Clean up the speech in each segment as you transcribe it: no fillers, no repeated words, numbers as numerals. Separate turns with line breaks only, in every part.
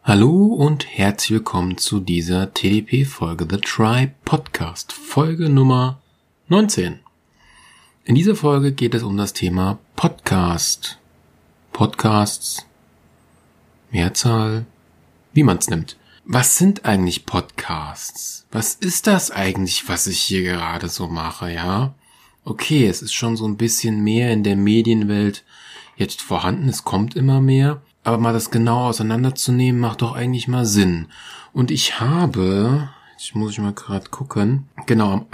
Hallo und herzlich willkommen zu dieser TDP-Folge The Tribe Podcast, Folge Nummer 19. In dieser Folge geht es um das Thema Podcast. Podcasts, Mehrzahl, wie man es nimmt. Was sind eigentlich Podcasts? Was ist das eigentlich, was ich hier gerade so mache, ja? Okay, es ist schon so ein bisschen mehr in der Medienwelt jetzt vorhanden, es kommt immer mehr. Aber mal das genau auseinanderzunehmen, macht doch eigentlich mal Sinn. Und ich habe, jetzt muss ich mal gerade gucken, genau, am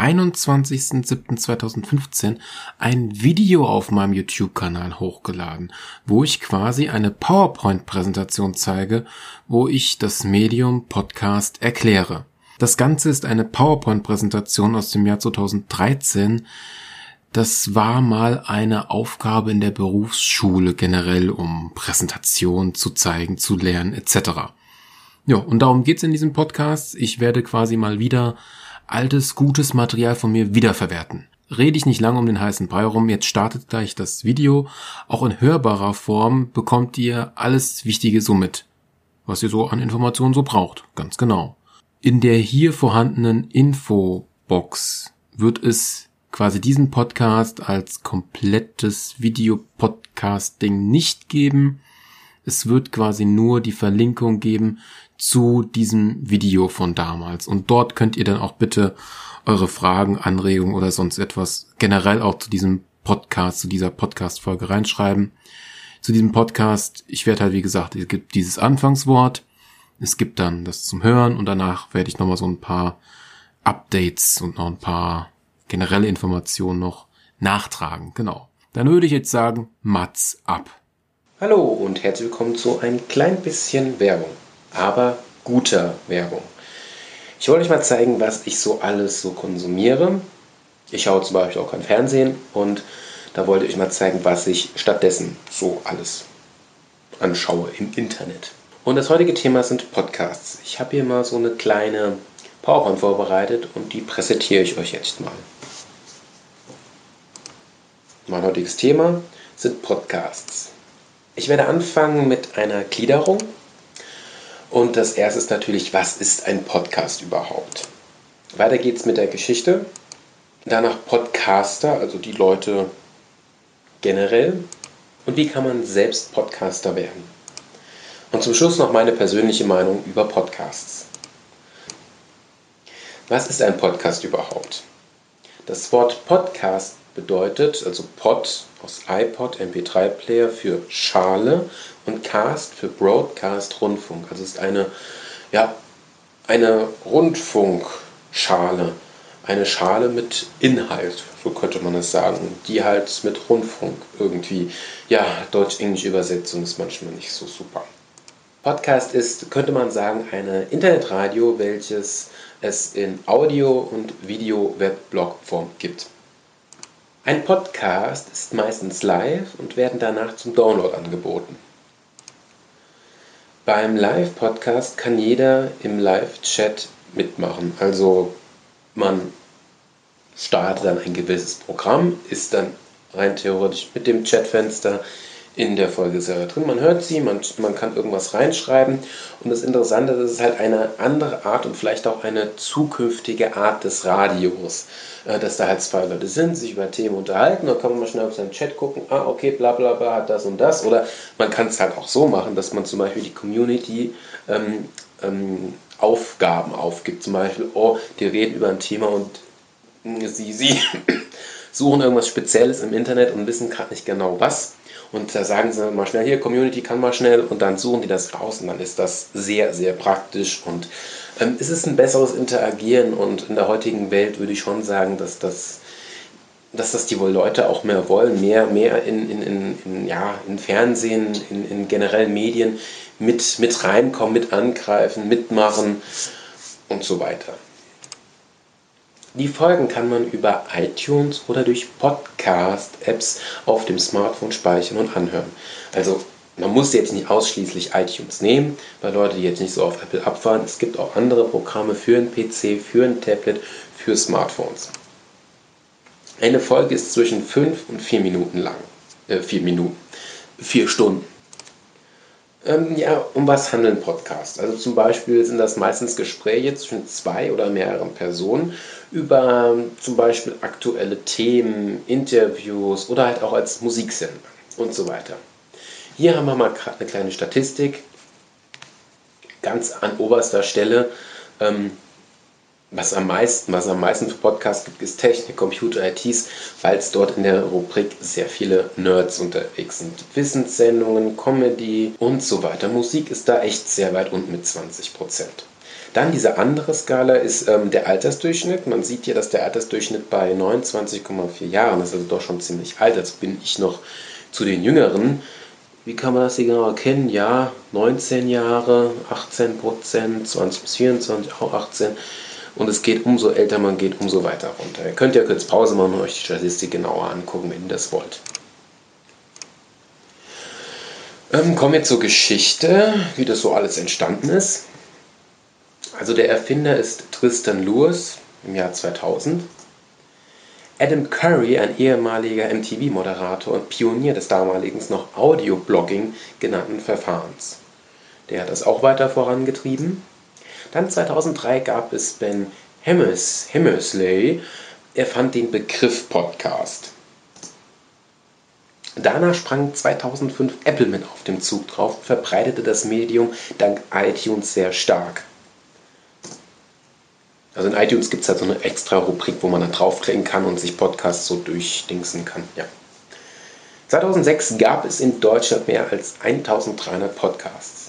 21.07.2015 ein Video auf meinem YouTube-Kanal hochgeladen, wo ich quasi eine PowerPoint-Präsentation zeige, wo ich das Medium Podcast erkläre. Das Ganze ist eine PowerPoint-Präsentation aus dem Jahr 2013. Das war mal eine Aufgabe in der Berufsschule generell, um Präsentationen zu zeigen, zu lernen etc. Ja, und darum geht's in diesem Podcast. Ich werde quasi mal wieder altes, gutes Material von mir wiederverwerten. Rede ich nicht lange um den heißen Brei rum, jetzt startet gleich das Video. Auch in hörbarer Form bekommt ihr alles Wichtige so mit, was ihr so an Informationen so braucht, ganz genau. In der hier vorhandenen Infobox wird es quasi diesen Podcast als komplettes Videopodcasting nicht geben. Es wird quasi nur die Verlinkung geben zu diesem Video von damals. Und dort könnt ihr dann auch bitte eure Fragen, Anregungen oder sonst etwas generell auch zu diesem Podcast, zu dieser Podcast-Folge reinschreiben. Zu diesem Podcast, ich werde halt wie gesagt, es gibt dieses Anfangswort, es gibt dann das zum Hören und danach werde ich nochmal so ein paar Updates und noch ein paar generelle Informationen noch nachtragen. Genau. Dann würde ich jetzt sagen, Mats ab.
Hallo und herzlich willkommen zu ein klein bisschen Werbung, aber guter Werbung. Ich wollte euch mal zeigen, was ich so alles so konsumiere. Ich schaue zum Beispiel auch kein Fernsehen und da wollte ich euch mal zeigen, was ich stattdessen so alles anschaue im Internet. Und das heutige Thema sind Podcasts. Ich habe hier mal so eine kleine PowerPoint vorbereitet und die präsentiere ich euch jetzt mal. Mein heutiges Thema sind Podcasts. Ich werde anfangen mit einer Gliederung. Und das erste ist natürlich, was ist ein Podcast überhaupt? Weiter geht's mit der Geschichte. Danach Podcaster, also die Leute generell. Und wie kann man selbst Podcaster werden? Und zum Schluss noch meine persönliche Meinung über Podcasts. Was ist ein Podcast überhaupt? Das Wort Podcast bedeutet, also Pod aus iPod, MP3-Player für Schale und Cast für Broadcast, Rundfunk. Also es ist eine Rundfunkschale, eine Schale mit Inhalt, so könnte man es sagen, die halt mit Rundfunk irgendwie, Deutsch-Englisch-Übersetzung ist manchmal nicht so super. Podcast ist, könnte man sagen, eine Internetradio, welches es in Audio- und Video-Web-Blog-Form gibt. Ein Podcast ist meistens live und werden danach zum Download angeboten. Beim Live-Podcast kann jeder im Live-Chat mitmachen. Also man startet dann ein gewisses Programm, ist dann rein theoretisch mit dem Chatfenster in der Folge selber drin. Man hört sie, man kann irgendwas reinschreiben und das Interessante ist, es ist halt eine andere Art und vielleicht auch eine zukünftige Art des Radios, dass da halt zwei Leute sind, sich über Themen unterhalten, dann kann man mal schnell auf seinen Chat gucken, okay, bla bla bla, hat das und das, oder man kann es halt auch so machen, dass man zum Beispiel die Community Aufgaben aufgibt, zum Beispiel, die reden über ein Thema und sie suchen irgendwas Spezielles im Internet und wissen gerade nicht genau was. Und da sagen sie mal schnell, hier, Community kann mal schnell und dann suchen die das raus und dann ist das sehr, sehr praktisch und es ist ein besseres Interagieren und in der heutigen Welt würde ich schon sagen, dass das die wohl Leute auch mehr wollen, mehr in Fernsehen, in generellen Medien mit reinkommen, mit angreifen, mitmachen und so weiter. Die Folgen kann man über iTunes oder durch Podcast-Apps auf dem Smartphone speichern und anhören. Also man muss jetzt nicht ausschließlich iTunes nehmen, bei Leuten, die jetzt nicht so auf Apple abfahren. Es gibt auch andere Programme für einen PC, für ein Tablet, für Smartphones. Eine Folge ist zwischen 5 und 4 Minuten lang. 4 Stunden. Ja, um was handeln Podcasts? Also zum Beispiel sind das meistens Gespräche zwischen 2 oder mehreren Personen über zum Beispiel aktuelle Themen, Interviews oder halt auch als Musiksender und so weiter. Hier haben wir mal gerade eine kleine Statistik, ganz an oberster Stelle. Was am meisten für Podcasts gibt, ist Technik, Computer, ITs, weil es dort in der Rubrik sehr viele Nerds unterwegs sind. Wissenssendungen, Comedy und so weiter. Musik ist da echt sehr weit unten mit 20%. Dann diese andere Skala ist der Altersdurchschnitt. Man sieht hier, dass der Altersdurchschnitt bei 29,4 Jahren ist, also doch schon ziemlich alt. Jetzt bin ich noch zu den Jüngeren. Wie kann man das hier genau erkennen? Ja, 19 Jahre, 18%, 20 bis 24, auch 18%. Und es geht umso älter man geht, umso weiter runter. Ihr könnt ja kurz Pause machen und euch die Statistik genauer angucken, wenn ihr das wollt. Kommen wir zur Geschichte, wie das so alles entstanden ist. Also der Erfinder ist Tristan Lewis im Jahr 2000. Adam Curry, ein ehemaliger MTV-Moderator und Pionier des damaligen noch Audio-Blogging genannten Verfahrens. Der hat das auch weiter vorangetrieben. Dann 2003 gab es Ben Hammersley, er fand den Begriff Podcast. Danach sprang 2005 Apple mit auf dem Zug drauf und verbreitete das Medium dank iTunes sehr stark. Also in iTunes gibt es halt so eine extra Rubrik, wo man dann draufklicken kann und sich Podcasts so durchdingsen kann. Ja. 2006 gab es in Deutschland mehr als 1300 Podcasts.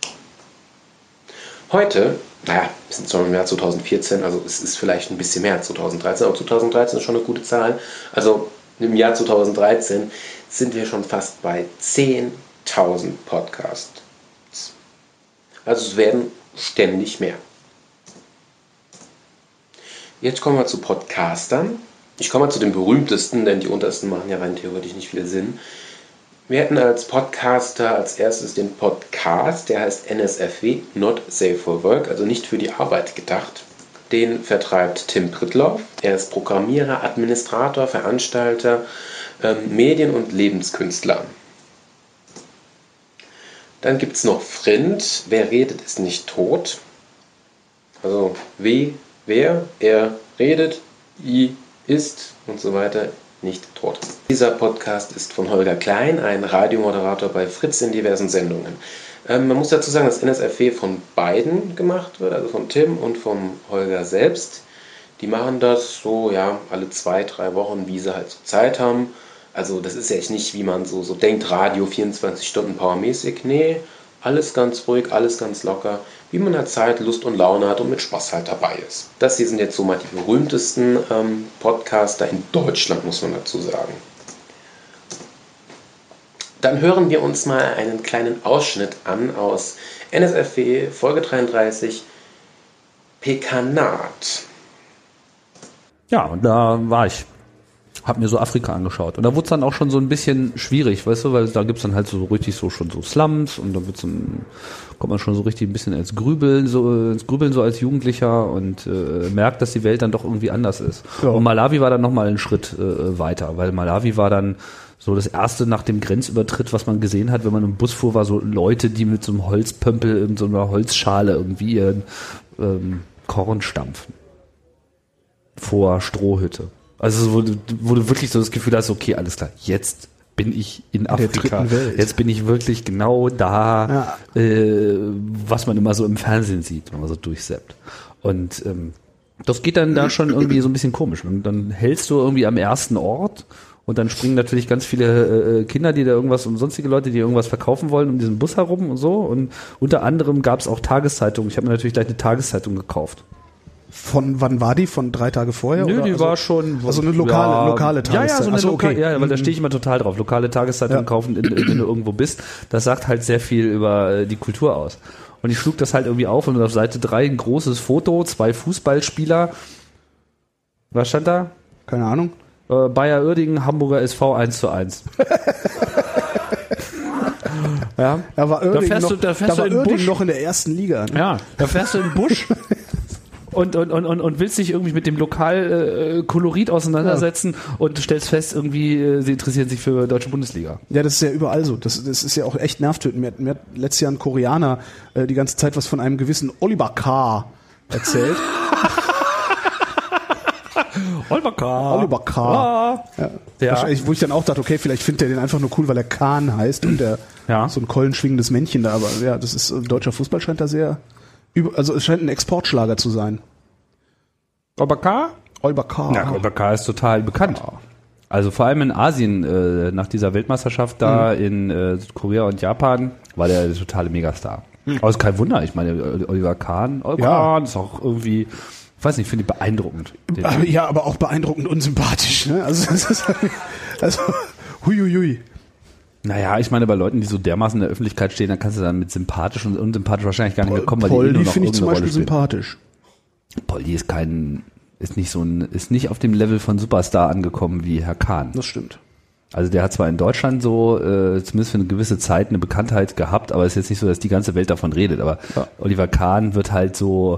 Heute, wir sind zwar im Jahr 2014, also es ist vielleicht ein bisschen mehr als 2013, aber 2013 ist schon eine gute Zahl. Also im Jahr 2013 sind wir schon fast bei 10.000 Podcasts. Also es werden ständig mehr. Jetzt kommen wir zu Podcastern. Ich komme mal zu den berühmtesten, denn die untersten machen ja rein theoretisch nicht viel Sinn. Wir hätten als Podcaster als erstes den Podcast, der heißt NSFW, Not Safe for Work, also nicht für die Arbeit gedacht. Den vertreibt Tim Pritlove. Er ist Programmierer, Administrator, Veranstalter, Medien- und Lebenskünstler. Dann gibt es noch Vrind, wer redet ist nicht tot. Also wer, er redet, I ist und so weiter. Nicht tot. Dieser Podcast ist von Holger Klein, ein Radiomoderator bei Fritz in diversen Sendungen. Man muss dazu sagen, dass NSFW von beiden gemacht wird, also von Tim und vom Holger selbst. Die machen das so, ja, alle 2-3 Wochen, wie sie halt so Zeit haben. Also das ist ja echt nicht, wie man so denkt, Radio 24 Stunden powermäßig. Nee, alles ganz ruhig, alles ganz locker, wie man halt Zeit, Lust und Laune hat und mit Spaß halt dabei ist. Das hier sind jetzt so mal die berühmtesten Podcaster in Deutschland, muss man dazu sagen. Dann hören wir uns mal einen kleinen Ausschnitt an aus NSFW Folge 33, Pekanat.
Ja, und da war ich. Hab mir so Afrika angeschaut. Und da wurde es dann auch schon so ein bisschen schwierig, weißt du, weil da gibt's dann halt so richtig so schon so Slums und da kommt man schon so richtig ein bisschen ins Grübeln so als Jugendlicher und merkt, dass die Welt dann doch irgendwie anders ist. Ja. Und Malawi war dann nochmal einen Schritt weiter, weil Malawi war dann so das erste nach dem Grenzübertritt, was man gesehen hat, wenn man im Bus fuhr, war so Leute, die mit so einem Holzpömpel in so einer Holzschale irgendwie ihren Korn stampfen. Vor Strohhütte. Also wo du wirklich so das Gefühl hast, okay, alles klar, jetzt bin ich in Afrika. Jetzt bin ich wirklich genau da, was man immer so im Fernsehen sieht, wenn man so durchsappt. Und das geht dann da schon irgendwie so ein bisschen komisch. Und dann hältst du irgendwie am ersten Ort und dann springen natürlich ganz viele Kinder, die da irgendwas und sonstige Leute, die irgendwas verkaufen wollen, um diesen Bus herum und so. Und unter anderem gab es auch Tageszeitungen. Ich habe mir natürlich gleich eine Tageszeitung gekauft.
Von wann war die? Von 3 Tage vorher?
Nö,
oder?
die war schon...
Also eine lokale Tageszeitung.
Ja, so eine lokale, ja, weil da stehe ich immer total drauf. Lokale Tageszeitung kaufen, wenn du irgendwo bist. Das sagt halt sehr viel über die Kultur aus. Und ich schlug das halt irgendwie auf und auf Seite 3 ein großes Foto, 2 Fußballspieler. Was stand da?
Keine Ahnung.
Bayer Uerdingen, Hamburger SV 1:1. Ja,
da war Uerdingen
da fährst du in den Busch
noch in der ersten Liga. Ne?
Ja, da fährst du in den Busch und willst dich irgendwie mit dem Lokalkolorit auseinandersetzen und stellst fest, irgendwie, sie interessieren sich für deutsche Bundesliga.
Ja, das ist ja überall so. Das ist ja auch echt nervtötend. Mir hat letztes Jahr ein Koreaner die ganze Zeit was von einem gewissen Oliver K. erzählt.
Oliver
K. Ja. Wahrscheinlich, wo ich dann auch dachte, okay, vielleicht findet er den einfach nur cool, weil er Kahn heißt und der so ein keulenschwingendes Männchen da. Aber ja, das ist deutscher Fußball scheint da sehr also es scheint ein Exportschlager zu sein.
Oliver K.
Ja,
Oliver K. ist total bekannt. Ja. Also vor allem in Asien, nach dieser Weltmeisterschaft da in Südkorea und Japan, war der totale Megastar. Aber ist kein Wunder, ich meine, Oliver Kahn ist auch irgendwie, ich weiß nicht, finde ich beeindruckend.
Ja, aber auch beeindruckend unsympathisch. Ne? Also, huiuiui.
Naja, ich meine, bei Leuten, die so dermaßen in der Öffentlichkeit stehen, dann kannst du dann mit sympathisch und unsympathisch wahrscheinlich gar nicht mehr kommen, weil
Poldi
die nur noch
finde ich zum Beispiel
Rolle
sympathisch.
Poldi ist nicht auf dem Level von Superstar angekommen wie Herr Kahn.
Das stimmt.
Also der hat zwar in Deutschland so zumindest für eine gewisse Zeit eine Bekanntheit gehabt, aber es ist jetzt nicht so, dass die ganze Welt davon redet. Aber Oliver Kahn wird halt so,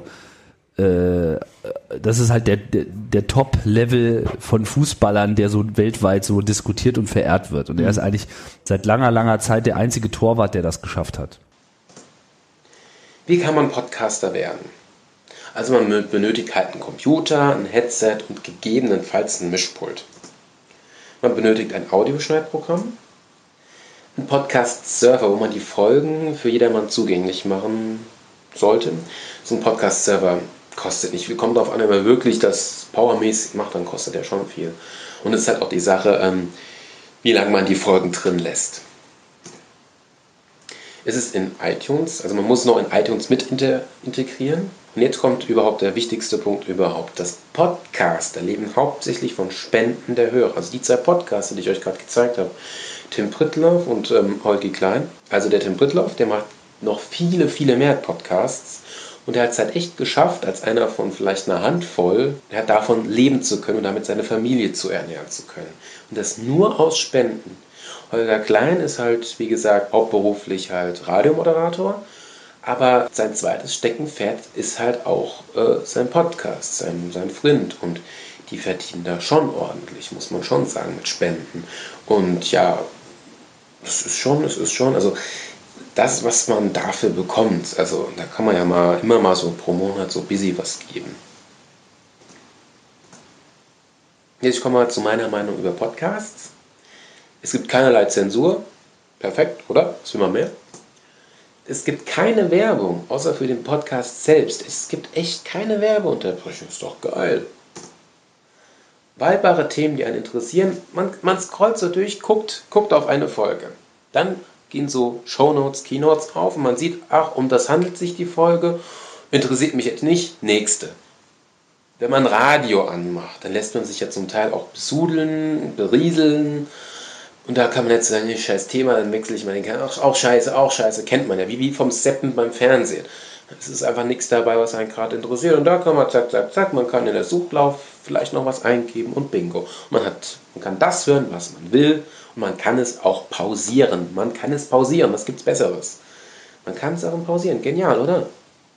das ist halt der Top-Level von Fußballern, der so weltweit so diskutiert und verehrt wird. Und er ist eigentlich seit langer, langer Zeit der einzige Torwart, der das geschafft hat.
Wie kann man Podcaster werden? Also man benötigt halt einen Computer, ein Headset und gegebenenfalls ein Mischpult. Man benötigt ein Audioschneidprogramm, einen Podcast-Server, wo man die Folgen für jedermann zugänglich machen sollte. So ein Podcast-Server kostet nicht viel. Kommt darauf an, wenn man wirklich das powermäßig macht, dann kostet der schon viel. Und es ist halt auch die Sache, wie lange man die Folgen drin lässt. Es ist in iTunes, also man muss noch in iTunes mit integrieren. Und jetzt kommt überhaupt der wichtigste Punkt überhaupt. Das Podcaster leben hauptsächlich von Spenden der Hörer. Also die 2 Podcaster, die ich euch gerade gezeigt habe, Tim Pritlove und Holgi Klein. Also der Tim Pritlove, der macht noch viele, viele mehr Podcasts. Und er hat es halt echt geschafft, als einer von vielleicht einer Handvoll, davon leben zu können und damit seine Familie zu ernähren zu können. Und das nur aus Spenden. Holger Klein ist halt, wie gesagt, hauptberuflich halt Radiomoderator. Aber sein zweites Steckenpferd ist halt auch sein Podcast, sein Vriend. Und die verdienen da schon ordentlich, muss man schon sagen, mit Spenden. Und ja, es ist schon, also das, was man dafür bekommt, also da kann man ja immer mal so pro Monat so busy was geben. Jetzt kommen wir zu meiner Meinung über Podcasts. Es gibt keinerlei Zensur. Perfekt, oder? Was will man mehr? Es gibt keine Werbung, außer für den Podcast selbst. Es gibt echt keine Werbeunterbrechung. Ist doch geil. Wahlbare Themen, die einen interessieren. Man scrollt so durch, guckt auf eine Folge. Dann gehen so Shownotes, Keynotes auf und man sieht, ach, um das handelt sich die Folge. Interessiert mich jetzt nicht. Nächste. Wenn man Radio anmacht, dann lässt man sich ja zum Teil auch besudeln, berieseln. Und da kann man jetzt sagen, scheiß Thema, dann wechsle ich mal den Kanal. Auch scheiße, kennt man ja, wie vom Seppen beim Fernsehen. Es ist einfach nichts dabei, was einen gerade interessiert. Und da kann man zack, man kann in der Suchlauf vielleicht noch was eingeben und bingo. Man kann das hören, was man will und man kann es auch pausieren. Was gibt's Besseres? Man kann es auch pausieren. Genial, oder?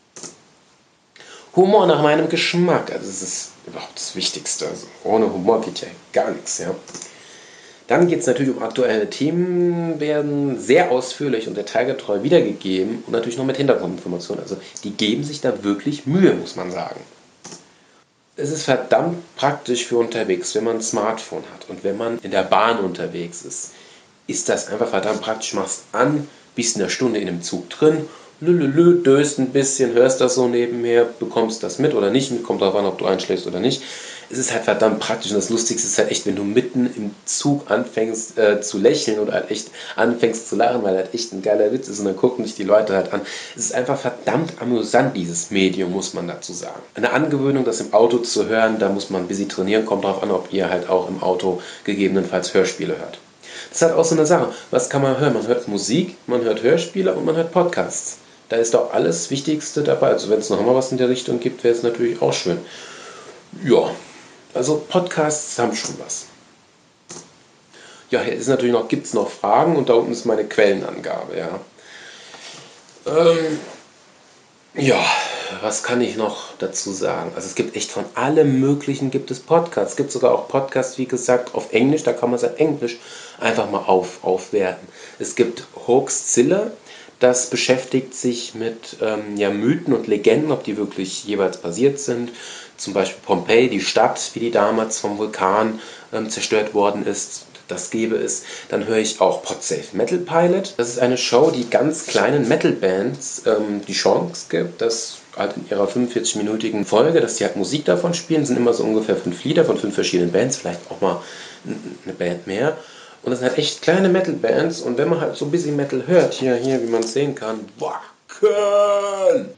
Humor nach meinem Geschmack, also das ist überhaupt das Wichtigste. Also ohne Humor geht ja gar nichts, ja. Dann geht es natürlich um aktuelle Themen, werden sehr ausführlich und detailgetreu wiedergegeben und natürlich noch mit Hintergrundinformationen. Also die geben sich da wirklich Mühe, muss man sagen. Es ist verdammt praktisch für unterwegs, wenn man ein Smartphone hat und wenn man in der Bahn unterwegs ist. Ist das einfach verdammt praktisch, machst an, bist in einer Stunde in dem Zug drin, döst ein bisschen, hörst das so nebenher, bekommst das mit oder nicht, kommt darauf an, ob du einschläfst oder nicht. Es ist halt verdammt praktisch und das Lustigste ist halt echt, wenn du mitten im Zug anfängst zu lächeln oder halt echt anfängst zu lachen, weil halt echt ein geiler Witz ist und dann gucken dich die Leute halt an. Es ist einfach verdammt amüsant, dieses Medium, muss man dazu sagen. Eine Angewöhnung, das im Auto zu hören, da muss man ein bisschen trainieren, kommt darauf an, ob ihr halt auch im Auto gegebenenfalls Hörspiele hört. Das ist halt auch so eine Sache. Was kann man hören? Man hört Musik, man hört Hörspiele und man hört Podcasts. Da ist doch alles Wichtigste dabei. Also wenn es noch mal was in der Richtung gibt, wäre es natürlich auch schön. Ja, also Podcasts haben schon was. Ja, hier ist natürlich gibt es noch Fragen und da unten ist meine Quellenangabe. Ja, was kann ich noch dazu sagen? Also es gibt echt von allem Möglichen gibt es Podcasts. Es gibt sogar auch Podcasts, wie gesagt, auf Englisch. Da kann man sein Englisch einfach mal aufwerten. Es gibt Hoaxilla. Das beschäftigt sich mit Mythen und Legenden, ob die wirklich jeweils basiert sind. Zum Beispiel Pompeji, die Stadt, wie die damals vom Vulkan zerstört worden ist. Das gäbe es. Dann höre ich auch Podsafe Metal Pilot. Das ist eine Show, die ganz kleinen Metal-Bands die Chance gibt, dass halt in ihrer 45-minütigen Folge, dass die halt Musik davon spielen. Das sind immer so ungefähr 5 Lieder von 5 verschiedenen Bands, vielleicht auch mal eine Band mehr. Und das sind halt echt kleine Metal-Bands. Und wenn man halt so ein bisschen Metal hört, hier, wie man es sehen kann, Wacken!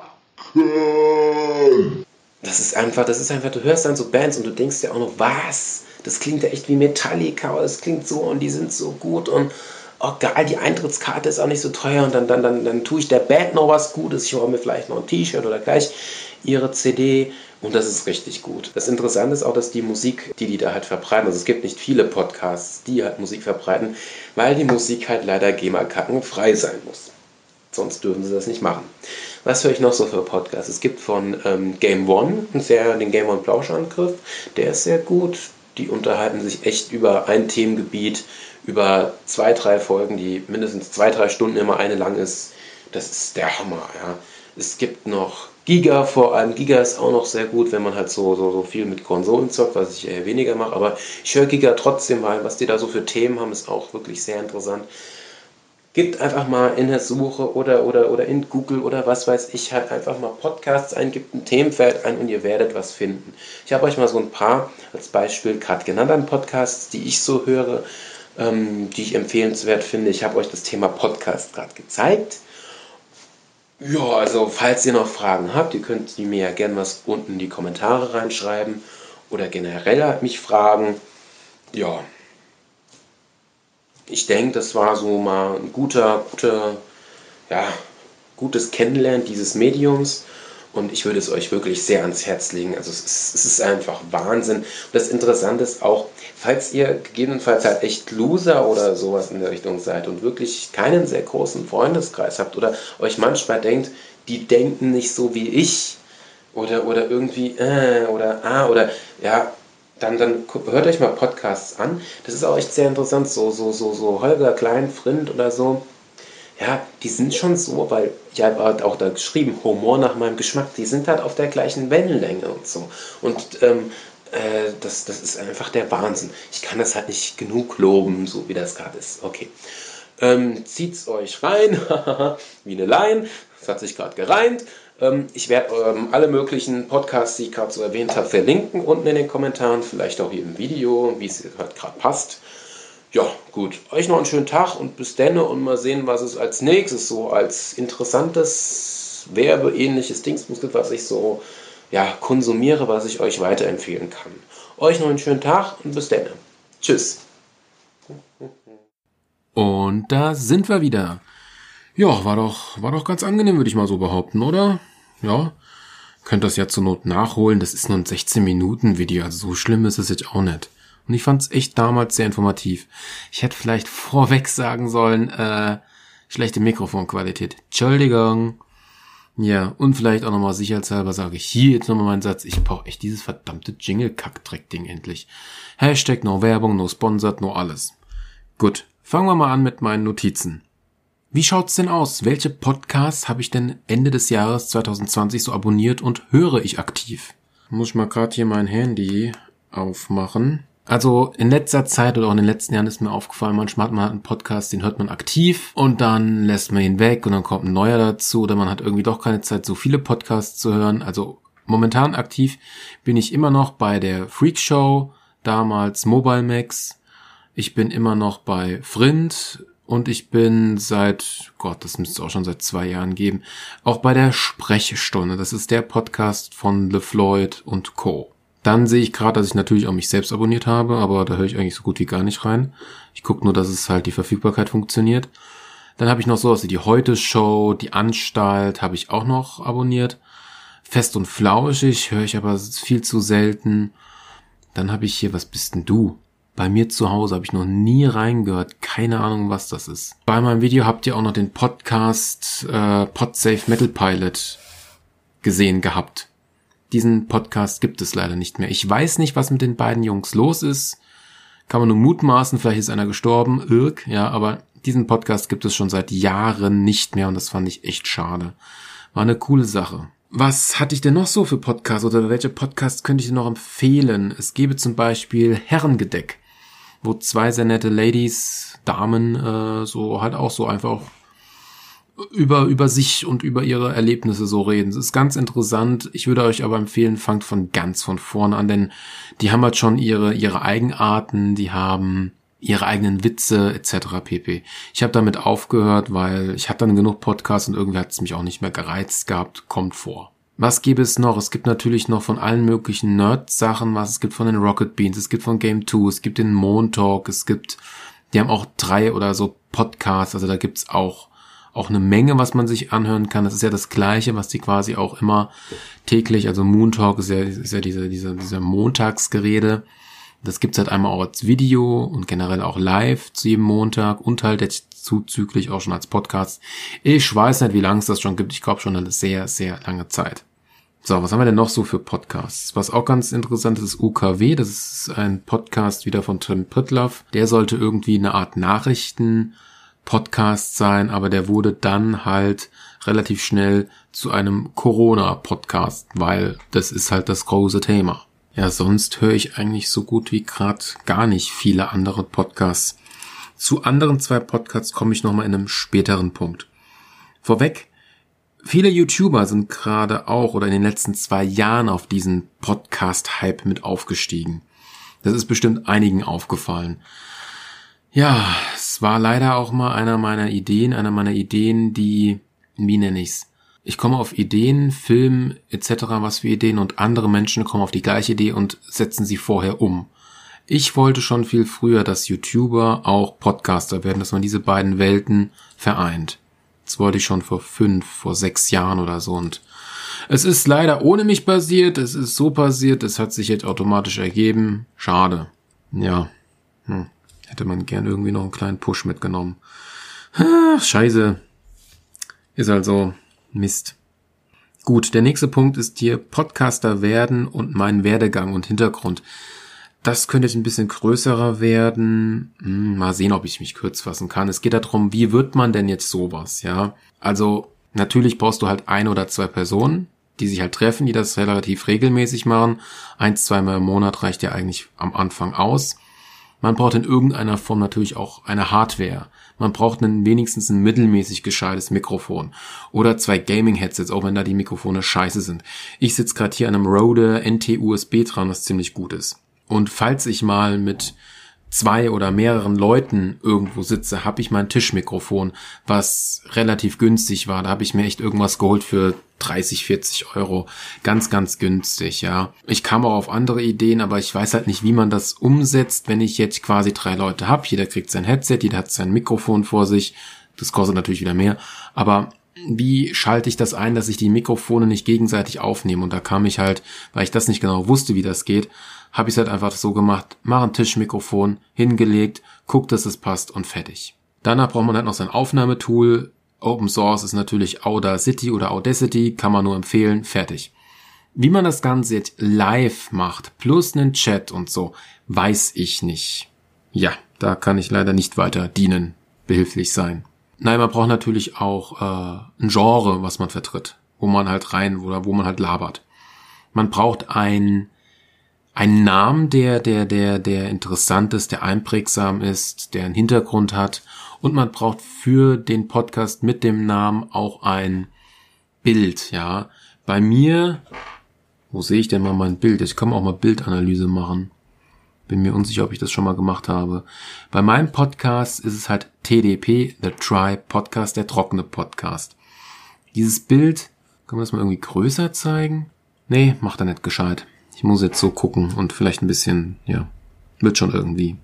Das ist einfach, du hörst dann so Bands und du denkst dir auch noch, was? Das klingt ja echt wie Metallica, das klingt so und die sind so gut und oh geil, die Eintrittskarte ist auch nicht so teuer und dann tue ich der Band noch was Gutes, ich hole mir vielleicht noch ein T-Shirt oder gleich ihre CD und das ist richtig gut. Das Interessante ist auch, dass die Musik, die da halt verbreiten, also es gibt nicht viele Podcasts, die halt Musik verbreiten, weil die Musik halt leider GEMA-kartenfrei sein muss. Sonst dürfen sie das nicht machen. Was höre ich noch so für Podcasts? Es gibt von Game One, den Game One Plauschangriff, der ist sehr gut. Die unterhalten sich echt über ein Themengebiet, über 2-3 Folgen, die mindestens 2-3 Stunden immer eine lang ist. Das ist der Hammer, ja. Es gibt noch Giga, vor allem Giga ist auch noch sehr gut, wenn man halt so viel mit Konsolen zockt, was ich eher weniger mache. Aber ich höre Giga trotzdem, weil was die da so für Themen haben, ist auch wirklich sehr interessant. Gebt einfach mal in der Suche oder in Google oder was weiß ich halt einfach mal Podcasts ein, gebt ein Themenfeld ein und ihr werdet was finden. Ich habe euch mal so ein paar als Beispiel gerade genannt an Podcasts, die ich so höre, die ich empfehlenswert finde. Ich habe euch das Thema Podcast gerade gezeigt. Ja, also falls ihr noch Fragen habt, ihr könnt mir ja gerne was unten in die Kommentare reinschreiben oder generell mich fragen. Ja. Ich denke, das war so mal ein gutes Kennenlernen dieses Mediums und ich würde es euch wirklich sehr ans Herz legen. Also es ist einfach Wahnsinn. Und das Interessante ist auch, falls ihr gegebenenfalls halt echt Loser oder sowas in der Richtung seid und wirklich keinen sehr großen Freundeskreis habt oder euch manchmal denkt, die denken nicht so wie ich oder irgendwie dann hört euch mal Podcasts an. Das ist auch echt sehr interessant. So Holger Klein, Frind oder so. Ja, die sind schon so, weil ich habe halt auch da geschrieben, Humor nach meinem Geschmack. Die sind halt auf der gleichen Wellenlänge und so. Und das ist einfach der Wahnsinn. Ich kann das halt nicht genug loben, so wie das gerade ist. Okay. Zieht's euch rein. Wie eine Lein. Das hat sich gerade gereimt. Ich werde alle möglichen Podcasts, die ich gerade so erwähnt habe, verlinken unten in den Kommentaren, vielleicht auch hier im Video, wie es halt gerade passt. Ja, gut. Euch noch einen schönen Tag und bis dann und mal sehen, was es als nächstes so als interessantes, werbeähnliches Dingsbums gibt, was ich so konsumiere, was ich euch weiterempfehlen kann. Euch noch einen schönen Tag und bis dann. Tschüss.
Und da sind wir wieder. Ja, war doch ganz angenehm, würde ich mal so behaupten, oder? Ja, könnt das ja zur Not nachholen. Das ist nur ein 16-Minuten-Video, also so schlimm ist es jetzt auch nicht. Und ich fand es echt damals sehr informativ. Ich hätte vielleicht vorweg sagen sollen, schlechte Mikrofonqualität. Entschuldigung. Ja, und vielleicht auch nochmal sicherheitshalber sage ich hier jetzt nochmal meinen Satz. Ich brauche echt dieses verdammte Jingle-Kack-Dreck-Ding endlich. Hashtag no Werbung, no Sponsored, no alles. Gut, fangen wir mal an mit meinen Notizen. Wie schaut's denn aus? Welche Podcasts habe ich denn Ende des Jahres 2020 so abonniert und höre ich aktiv? Muss ich mal gerade hier mein Handy aufmachen. Also in letzter Zeit oder auch in den letzten Jahren ist mir aufgefallen, manchmal hat man einen Podcast, den hört man aktiv und dann lässt man ihn weg und dann kommt ein neuer dazu oder man hat irgendwie doch keine Zeit, so viele Podcasts zu hören. Also momentan aktiv bin ich immer noch bei der Freak Show, damals Mobile Max. Ich bin immer noch bei Vrind. Und ich bin das müsste es auch schon seit 2 Jahren geben, auch bei der Sprechstunde. Das ist der Podcast von LeFloid und Co. Dann sehe ich gerade, dass ich natürlich auch mich selbst abonniert habe, aber da höre ich eigentlich so gut wie gar nicht rein. Ich gucke nur, dass es halt die Verfügbarkeit funktioniert. Dann habe ich noch sowas wie die Heute-Show, die Anstalt habe ich auch noch abonniert. Fest und Flauschig höre ich aber viel zu selten. Dann habe ich hier, was bist denn du? Bei mir zu Hause habe ich noch nie reingehört. Keine Ahnung, was das ist. Bei meinem Video habt ihr auch noch den Podcast Podsafe Metal Pilot gesehen gehabt. Diesen Podcast gibt es leider nicht mehr. Ich weiß nicht, was mit den beiden Jungs los ist. Kann man nur mutmaßen, vielleicht ist einer gestorben, aber diesen Podcast gibt es schon seit Jahren nicht mehr und das fand ich echt schade. War eine coole Sache. Was hatte ich denn noch so für Podcasts oder welche Podcasts könnte ich dir noch empfehlen? Es gäbe zum Beispiel Herrengedeck, wo 2 sehr nette Ladies, Damen, so halt auch so einfach über sich und über ihre Erlebnisse so reden. Es ist ganz interessant. Ich würde euch aber empfehlen, fangt von vorne an, denn die haben halt schon ihre Eigenarten, die haben ihre eigenen Witze etc. pp. Ich habe damit aufgehört, weil ich hatte dann genug Podcasts und irgendwie hat es mich auch nicht mehr gereizt gehabt. Kommt vor. Was gäbe es noch? Es gibt natürlich noch von allen möglichen Nerd-Sachen was. Es gibt von den Rocket Beans, es gibt von Game 2, es gibt den Montalk, die haben auch 3 oder so Podcasts, also da gibt's auch eine Menge, was man sich anhören kann. Das ist ja das Gleiche, was die quasi auch immer täglich, also Moontalk ist ja dieser Montagsgerede. Das gibt's halt einmal auch als Video und generell auch live zu jedem Montag und halt jetzt zuzüglich auch schon als Podcast. Ich weiß nicht, wie lange es das schon gibt. Ich glaube schon eine sehr, sehr lange Zeit. So, was haben wir denn noch so für Podcasts? Was auch ganz interessant ist, ist UKW. Das ist ein Podcast wieder von Tim Pritlove. Der sollte irgendwie eine Art Nachrichten-Podcast sein, aber der wurde dann halt relativ schnell zu einem Corona-Podcast, weil das ist halt das große Thema. Ja, sonst höre ich eigentlich so gut wie gerade gar nicht viele andere Podcasts. Zu anderen 2 Podcasts komme ich nochmal in einem späteren Punkt. Vorweg, viele YouTuber sind gerade auch oder in den letzten 2 Jahren auf diesen Podcast-Hype mit aufgestiegen. Das ist bestimmt einigen aufgefallen. Ja, es war leider auch mal einer meiner Ideen, die, wie nenne ich's? Ich komme auf Ideen, Film etc. was für Ideen und andere Menschen kommen auf die gleiche Idee und setzen sie vorher um. Ich wollte schon viel früher, dass YouTuber auch Podcaster werden, dass man diese beiden Welten vereint. Das wollte ich schon vor 6 Jahren oder so und es ist leider ohne mich passiert, es ist so passiert, es hat sich jetzt automatisch ergeben. Schade. Ja, hätte man gern irgendwie noch einen kleinen Push mitgenommen. Scheiße. Ist also Mist. Gut, der nächste Punkt ist hier Podcaster werden und mein Werdegang und Hintergrund. Das könnte jetzt ein bisschen größerer werden. Mal sehen, ob ich mich kurz fassen kann. Es geht darum, wie wird man denn jetzt sowas, ja? Also, natürlich brauchst du halt 1 oder 2 Personen, die sich halt treffen, die das relativ regelmäßig machen. 1-2 Mal im Monat reicht ja eigentlich am Anfang aus. Man braucht in irgendeiner Form natürlich auch eine Hardware. Man braucht wenigstens ein mittelmäßig gescheites Mikrofon. Oder 2 Gaming-Headsets, auch wenn da die Mikrofone scheiße sind. Ich sitze gerade hier an einem Rode NT-USB dran, was ziemlich gut ist. Und falls ich mal mit 2 oder mehreren Leuten irgendwo sitze, habe ich mein Tischmikrofon, was relativ günstig war. Da habe ich mir echt irgendwas geholt für 30, 40 Euro. Ganz, ganz günstig, ja. Ich kam auch auf andere Ideen, aber ich weiß halt nicht, wie man das umsetzt, wenn ich jetzt quasi 3 Leute habe. Jeder kriegt sein Headset, jeder hat sein Mikrofon vor sich. Das kostet natürlich wieder mehr. Aber wie schalte ich das ein, dass ich die Mikrofone nicht gegenseitig aufnehme? Und da kam ich halt, weil ich das nicht genau wusste, wie das geht, habe ich es halt einfach so gemacht, mach ein Tischmikrofon, hingelegt, guck, dass es passt und fertig. Danach braucht man halt noch sein Aufnahmetool. Open Source ist natürlich Audacity oder Audacity, kann man nur empfehlen, fertig. Wie man das Ganze jetzt live macht, plus einen Chat und so, weiß ich nicht. Ja, da kann ich leider nicht weiter dienen, behilflich sein. Nein, man braucht natürlich auch ein Genre, was man vertritt, wo man halt rein oder wo man halt labert. Man braucht einen Namen, der interessant ist, der einprägsam ist, der einen Hintergrund hat. Und man braucht für den Podcast mit dem Namen auch ein Bild, ja. Bei mir, wo sehe ich denn mal mein Bild? Ich kann auch mal Bildanalyse machen. Bin mir unsicher, ob ich das schon mal gemacht habe. Bei meinem Podcast ist es halt TDP, The Dry Podcast, der trockene Podcast. Dieses Bild, kann man das mal irgendwie größer zeigen? Nee, macht er nicht gescheit. Ich muss jetzt so gucken und vielleicht ein bisschen, ja, wird schon irgendwie.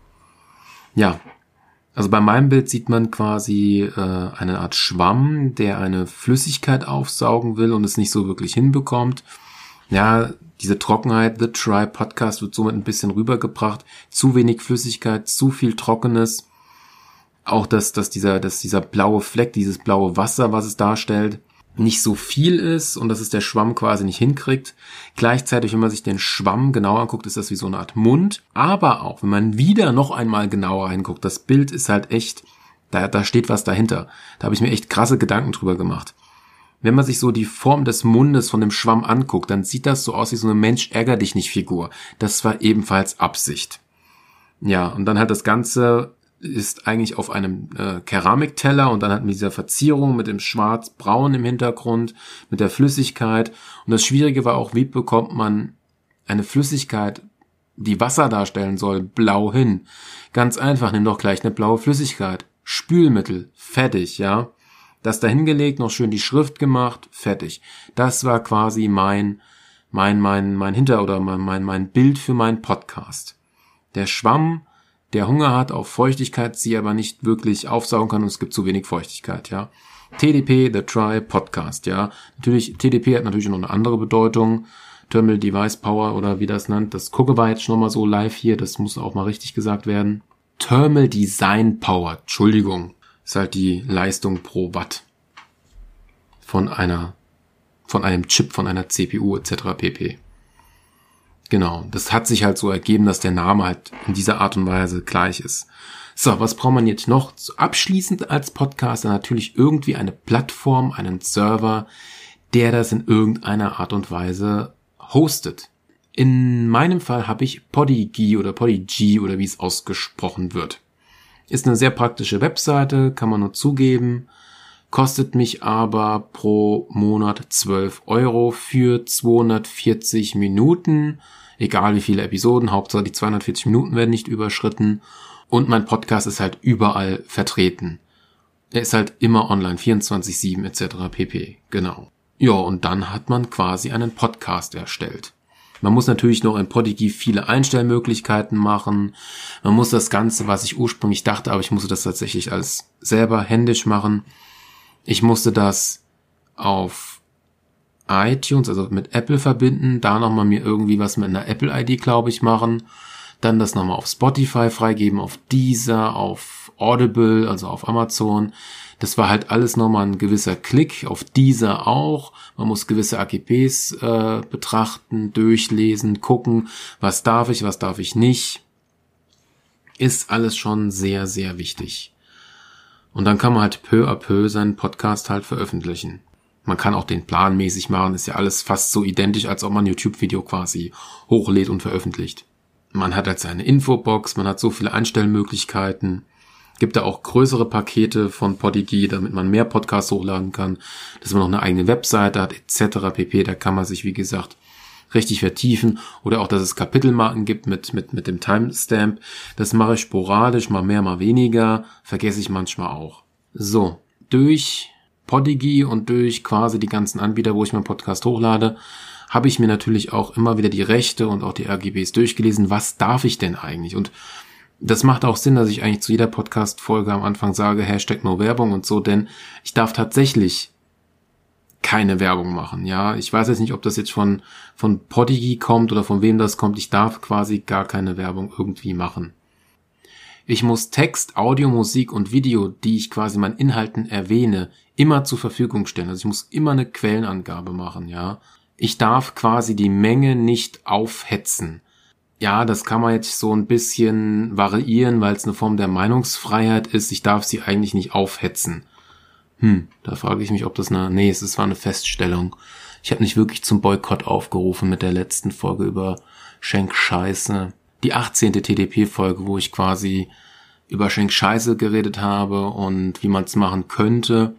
Ja, also bei meinem Bild sieht man quasi eine Art Schwamm, der eine Flüssigkeit aufsaugen will und es nicht so wirklich hinbekommt. Ja, diese Trockenheit, The Dry Podcast wird somit ein bisschen rübergebracht. Zu wenig Flüssigkeit, zu viel Trockenes. Auch dass dieser blaue Fleck, dieses blaue Wasser, was es darstellt, nicht so viel ist und dass es der Schwamm quasi nicht hinkriegt. Gleichzeitig, wenn man sich den Schwamm genauer anguckt, ist das wie so eine Art Mund. Aber auch, wenn man wieder noch einmal genauer hinguckt, das Bild ist halt echt, da steht was dahinter. Da habe ich mir echt krasse Gedanken drüber gemacht. Wenn man sich so die Form des Mundes von dem Schwamm anguckt, dann sieht das so aus wie so eine Mensch-ärger-dich-nicht-Figur. Das war ebenfalls Absicht. Ja, und dann halt das Ganze ist eigentlich auf einem Keramikteller und dann hat man diese Verzierung mit dem Schwarz-Braun im Hintergrund, mit der Flüssigkeit. Und das Schwierige war auch, wie bekommt man eine Flüssigkeit, die Wasser darstellen soll, blau hin? Ganz einfach, nimm doch gleich eine blaue Flüssigkeit. Spülmittel, fertig, ja. Das dahingelegt, noch schön die Schrift gemacht, fertig. Das war quasi mein Hinter- oder mein Bild für meinen Podcast. Der Schwamm, der Hunger hat auf Feuchtigkeit, sie aber nicht wirklich aufsaugen kann und es gibt zu wenig Feuchtigkeit, ja. TDP, The Try Podcast, ja. Natürlich, TDP hat natürlich noch eine andere Bedeutung. Terminal Device Power oder wie das nennt. Das gucken wir jetzt schon mal so live hier, das muss auch mal richtig gesagt werden. Terminal Design Power, Entschuldigung, ist halt die Leistung pro Watt von einem Chip, von einer CPU etc. pp. Genau, das hat sich halt so ergeben, dass der Name halt in dieser Art und Weise gleich ist. So, was braucht man jetzt noch? Abschließend als Podcaster natürlich irgendwie eine Plattform, einen Server, der das in irgendeiner Art und Weise hostet. In meinem Fall habe ich Podigy oder wie es ausgesprochen wird. Ist eine sehr praktische Webseite, kann man nur zugeben, kostet mich aber pro Monat 12 € für 240 Minuten, egal wie viele Episoden, Hauptsache die 240 Minuten werden nicht überschritten und mein Podcast ist halt überall vertreten. Er ist halt immer online, 24/7 etc. pp. Genau. Ja, und dann hat man quasi einen Podcast erstellt. Man muss natürlich noch in Podigy viele Einstellmöglichkeiten machen. Man muss das Ganze, was ich ursprünglich dachte, aber ich musste das tatsächlich alles selber händisch machen. Ich musste das auf iTunes, also mit Apple verbinden, da nochmal mir irgendwie was mit einer Apple-ID, glaube ich, machen. Dann das nochmal auf Spotify freigeben, auf Deezer, auf Audible, also auf Amazon. Das war halt alles nochmal ein gewisser Klick, auf Deezer auch. Man muss gewisse AGBs betrachten, durchlesen, gucken, was darf ich nicht. Ist alles schon sehr, sehr wichtig. Und dann kann man halt peu à peu seinen Podcast halt veröffentlichen. Man kann auch den planmäßig machen, ist ja alles fast so identisch, als ob man ein YouTube-Video quasi hochlädt und veröffentlicht. Man hat halt seine Infobox, man hat so viele Einstellmöglichkeiten. Gibt da auch größere Pakete von Podigy, damit man mehr Podcasts hochladen kann, dass man noch eine eigene Webseite hat, etc. pp. Da kann man sich, wie gesagt, richtig vertiefen. Oder auch, dass es Kapitelmarken gibt mit dem Timestamp. Das mache ich sporadisch, mal mehr, mal weniger. Vergesse ich manchmal auch. So, durch Podigy und durch quasi die ganzen Anbieter, wo ich meinen Podcast hochlade, habe ich mir natürlich auch immer wieder die Rechte und auch die AGBs durchgelesen. Was darf ich denn eigentlich? Und das macht auch Sinn, dass ich eigentlich zu jeder Podcast-Folge am Anfang sage, #No Werbung und so, denn ich darf tatsächlich keine Werbung machen, ja. Ich weiß jetzt nicht, ob das jetzt von Podigy kommt oder von wem das kommt. Ich darf quasi gar keine Werbung irgendwie machen. Ich muss Text, Audio, Musik und Video, die ich quasi meinen Inhalten erwähne, immer zur Verfügung stellen. Also ich muss immer eine Quellenangabe machen, ja. Ich darf quasi die Menge nicht aufhetzen. Ja, das kann man jetzt so ein bisschen variieren, weil es eine Form der Meinungsfreiheit ist. Ich darf sie eigentlich nicht aufhetzen. Da frage ich mich, ob das es war eine Feststellung. Ich habe nicht wirklich zum Boykott aufgerufen mit der letzten Folge über Schenk-Scheiße. Die 18. TDP-Folge, wo ich quasi über Schenk-Scheiße geredet habe und wie man es machen könnte,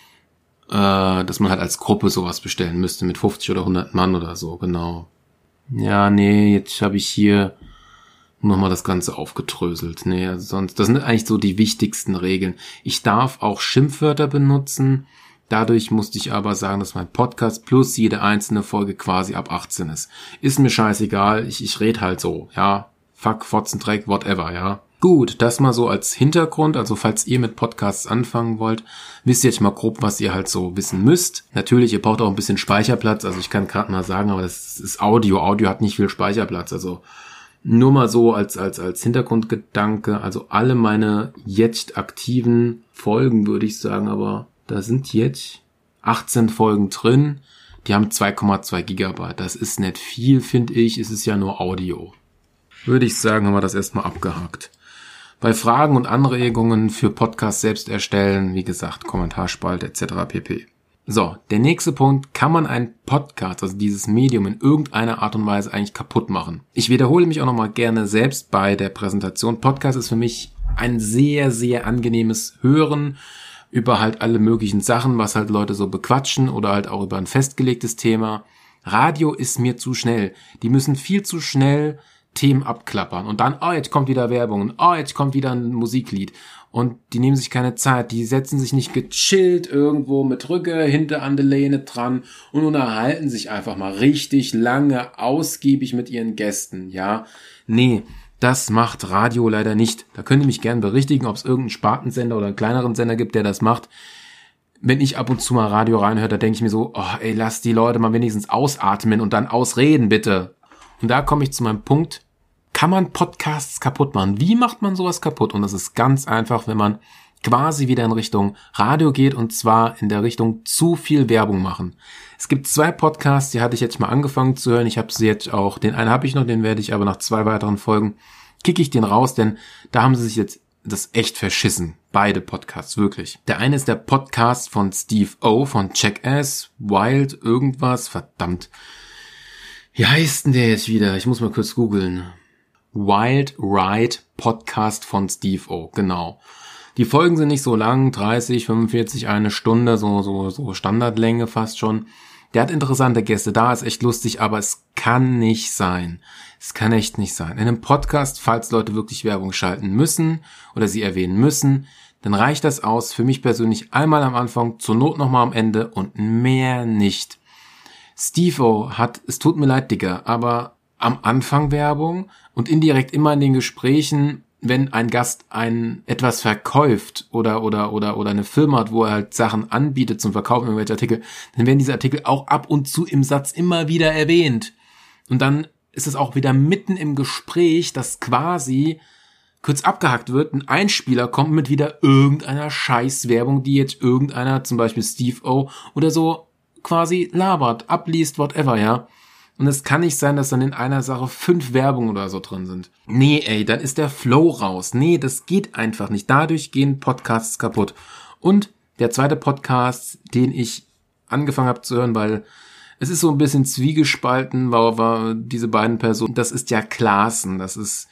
dass man halt als Gruppe sowas bestellen müsste mit 50 oder 100 Mann oder so, genau. Ja, jetzt habe ich hier nochmal das Ganze aufgedröselt. Also sonst, das sind eigentlich so die wichtigsten Regeln. Ich darf auch Schimpfwörter benutzen. Dadurch musste ich aber sagen, dass mein Podcast plus jede einzelne Folge quasi ab 18 ist. Ist mir scheißegal, ich rede halt so, ja. Fuck, Fotzen, Dreck, whatever, ja. Gut, das mal so als Hintergrund, also falls ihr mit Podcasts anfangen wollt, wisst ihr jetzt mal grob, was ihr halt so wissen müsst. Natürlich, ihr braucht auch ein bisschen Speicherplatz, also ich kann gerade mal sagen, aber das ist Audio. Audio hat nicht viel Speicherplatz, also nur mal so als Hintergrundgedanke, also alle meine jetzt aktiven Folgen, würde ich sagen, aber da sind jetzt 18 Folgen drin. Die haben 2,2 Gigabyte. Das ist nicht viel, finde ich. Es ist ja nur Audio. Würde ich sagen, haben wir das erstmal abgehakt. Bei Fragen und Anregungen für Podcasts selbst erstellen, wie gesagt, Kommentarspalte etc. pp. So, der nächste Punkt, kann man einen Podcast, also dieses Medium, in irgendeiner Art und Weise eigentlich kaputt machen? Ich wiederhole mich auch nochmal gerne selbst bei der Präsentation. Podcast ist für mich ein sehr, sehr angenehmes Hören über halt alle möglichen Sachen, was halt Leute so bequatschen oder halt auch über ein festgelegtes Thema. Radio ist mir zu schnell. Die müssen viel zu schnell Themen abklappern und dann, jetzt kommt wieder Werbung und jetzt kommt wieder ein Musiklied und die nehmen sich keine Zeit, die setzen sich nicht gechillt irgendwo mit Rücke hinter an der Lehne dran und unterhalten sich einfach mal richtig lange, ausgiebig mit ihren Gästen, ja. Nee, das macht Radio leider nicht. Da könnt ihr mich gerne berichtigen, ob es irgendeinen Spartensender oder einen kleineren Sender gibt, der das macht. Wenn ich ab und zu mal Radio reinhöre, da denke ich mir so, lass die Leute mal wenigstens ausatmen und dann ausreden, bitte. Und da komme ich zu meinem Punkt, kann man Podcasts kaputt machen? Wie macht man sowas kaputt? Und das ist ganz einfach, wenn man quasi wieder in Richtung Radio geht und zwar in der Richtung zu viel Werbung machen. Es gibt 2 Podcasts, die hatte ich jetzt mal angefangen zu hören. Ich habe sie jetzt auch, den einen habe ich noch, den werde ich aber nach 2 weiteren Folgen, kicke ich den raus, denn da haben sie sich jetzt das echt verschissen. Beide Podcasts, wirklich. Der eine ist der Podcast von Steve O von Jackass, Wild, irgendwas, verdammt. Wie heißt denn der jetzt wieder? Ich muss mal kurz googeln. Wild Ride Podcast von Steve O, genau. Die Folgen sind nicht so lang, 30, 45, eine Stunde, so Standardlänge fast schon. Der hat interessante Gäste, da ist echt lustig, aber es kann nicht sein. Es kann echt nicht sein. In einem Podcast, falls Leute wirklich Werbung schalten müssen oder sie erwähnen müssen, dann reicht das aus. Für mich persönlich einmal am Anfang, zur Not nochmal am Ende und mehr nicht. Steve-O hat, es tut mir leid, Digga, aber am Anfang Werbung und indirekt immer in den Gesprächen, wenn ein Gast etwas verkauft oder eine Firma hat, wo er halt Sachen anbietet zum Verkaufen irgendwelcher Artikel, dann werden diese Artikel auch ab und zu im Satz immer wieder erwähnt. Und dann ist es auch wieder mitten im Gespräch, dass quasi kurz abgehackt wird, ein Einspieler kommt mit wieder irgendeiner Scheißwerbung, die jetzt irgendeiner, zum Beispiel Steve O oder so, quasi labert, abliest, whatever, ja. Und es kann nicht sein, dass dann in einer Sache 5 Werbungen oder so drin sind. Nee, dann ist der Flow raus. Nee, das geht einfach nicht. Dadurch gehen Podcasts kaputt. Und der zweite Podcast, den ich angefangen habe zu hören, weil es ist so ein bisschen zwiegespalten, war diese beiden Personen. Das ist ja Klaassen. Das ist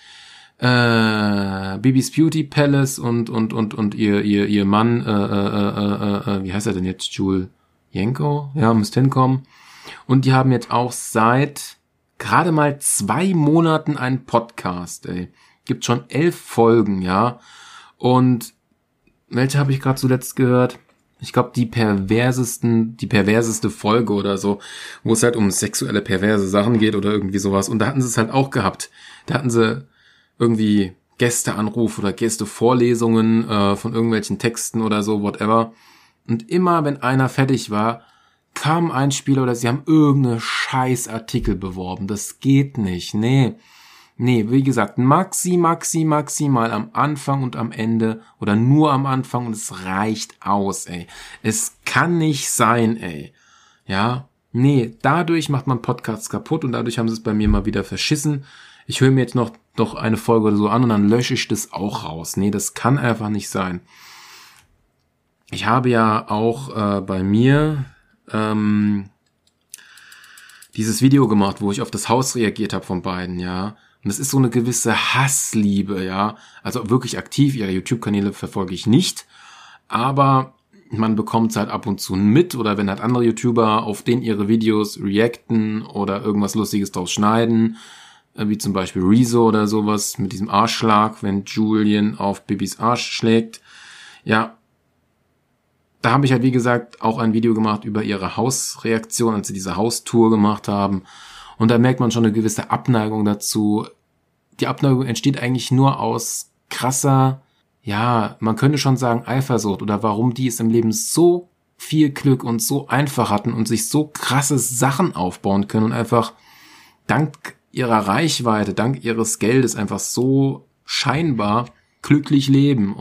Bibis Beauty Palace und ihr Mann, wie heißt er denn jetzt? Jules Jenko? Ja, müsste hinkommen. Und die haben jetzt auch seit gerade mal 2 Monaten einen Podcast, ey. Gibt schon 11 Folgen, ja. Und welche habe ich gerade zuletzt gehört? Ich glaube, die perverseste Folge oder so, wo es halt um sexuelle perverse Sachen geht oder irgendwie sowas. Und da hatten sie es halt auch gehabt. Da hatten sie irgendwie Gästeanrufe oder Gästevorlesungen von irgendwelchen Texten oder so, whatever. Und immer, wenn einer fertig war, kam ein Spieler oder sie haben irgendeine Scheißartikel beworben. Das geht nicht. Nee, wie gesagt, maximal am Anfang und am Ende oder nur am Anfang und es reicht aus, ey. Es kann nicht sein, ey. Ja, nee, dadurch macht man Podcasts kaputt und dadurch haben sie es bei mir mal wieder verschissen. Ich höre mir jetzt noch eine Folge oder so an und dann lösche ich das auch raus. Nee, das kann einfach nicht sein. Ich habe ja auch bei mir dieses Video gemacht, wo ich auf das Haus reagiert habe von beiden, ja. Und es ist so eine gewisse Hassliebe, ja. Also wirklich aktiv, ihre YouTube-Kanäle verfolge ich nicht, aber man bekommt es halt ab und zu mit oder wenn halt andere YouTuber auf denen ihre Videos reacten oder irgendwas Lustiges draus schneiden, wie zum Beispiel Rezo oder sowas mit diesem Arschschlag, wenn Julian auf Bibis Arsch schlägt, ja. Da habe ich halt, wie gesagt, auch ein Video gemacht über ihre Hausreaktion, als sie diese Haustour gemacht haben. Und da merkt man schon eine gewisse Abneigung dazu. Die Abneigung entsteht eigentlich nur aus krasser, ja, man könnte schon sagen Eifersucht oder warum die es im Leben so viel Glück und so einfach hatten und sich so krasse Sachen aufbauen können und einfach dank ihrer Reichweite, dank ihres Geldes einfach so scheinbar glücklich leben. Und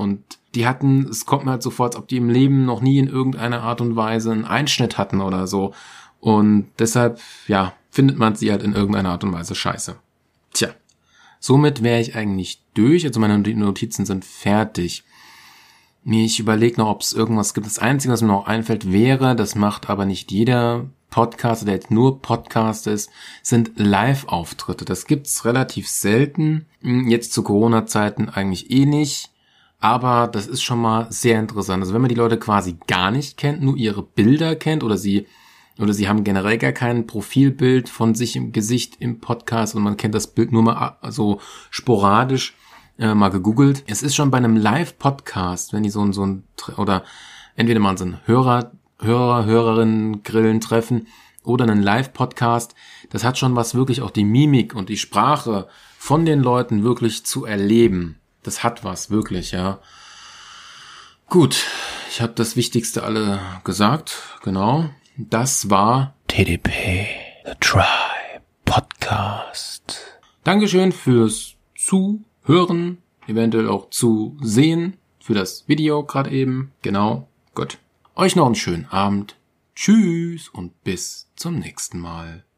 es kommt mir halt so vor, als ob die im Leben noch nie in irgendeiner Art und Weise einen Einschnitt hatten oder so. Und deshalb, ja, findet man sie halt in irgendeiner Art und Weise scheiße. Tja, somit wäre ich eigentlich durch. Also meine Notizen sind fertig. Ich überlege noch, ob es irgendwas gibt. Das Einzige, was mir noch einfällt, wäre, das macht aber nicht jeder Podcaster, der jetzt nur Podcast ist, sind Live-Auftritte. Das gibt's relativ selten. Jetzt zu Corona-Zeiten eigentlich eh nicht. Aber das ist schon mal sehr interessant. Also wenn man die Leute quasi gar nicht kennt, nur ihre Bilder kennt oder sie haben generell gar kein Profilbild von sich im Gesicht im Podcast und man kennt das Bild nur mal so sporadisch, mal gegoogelt. Es ist schon bei einem Live-Podcast, wenn die so ein oder entweder mal so einen Hörerinnen Grillen treffen oder einen Live-Podcast, das hat schon was, wirklich auch die Mimik und die Sprache von den Leuten wirklich zu erleben. Das hat was, wirklich, ja. Gut, ich habe das Wichtigste alle gesagt, genau. Das war
TDP, The Try Podcast.
Dankeschön fürs Zuhören, eventuell auch zu sehen, für das Video gerade eben. Genau, gut. Euch noch einen schönen Abend. Tschüss und bis zum nächsten Mal.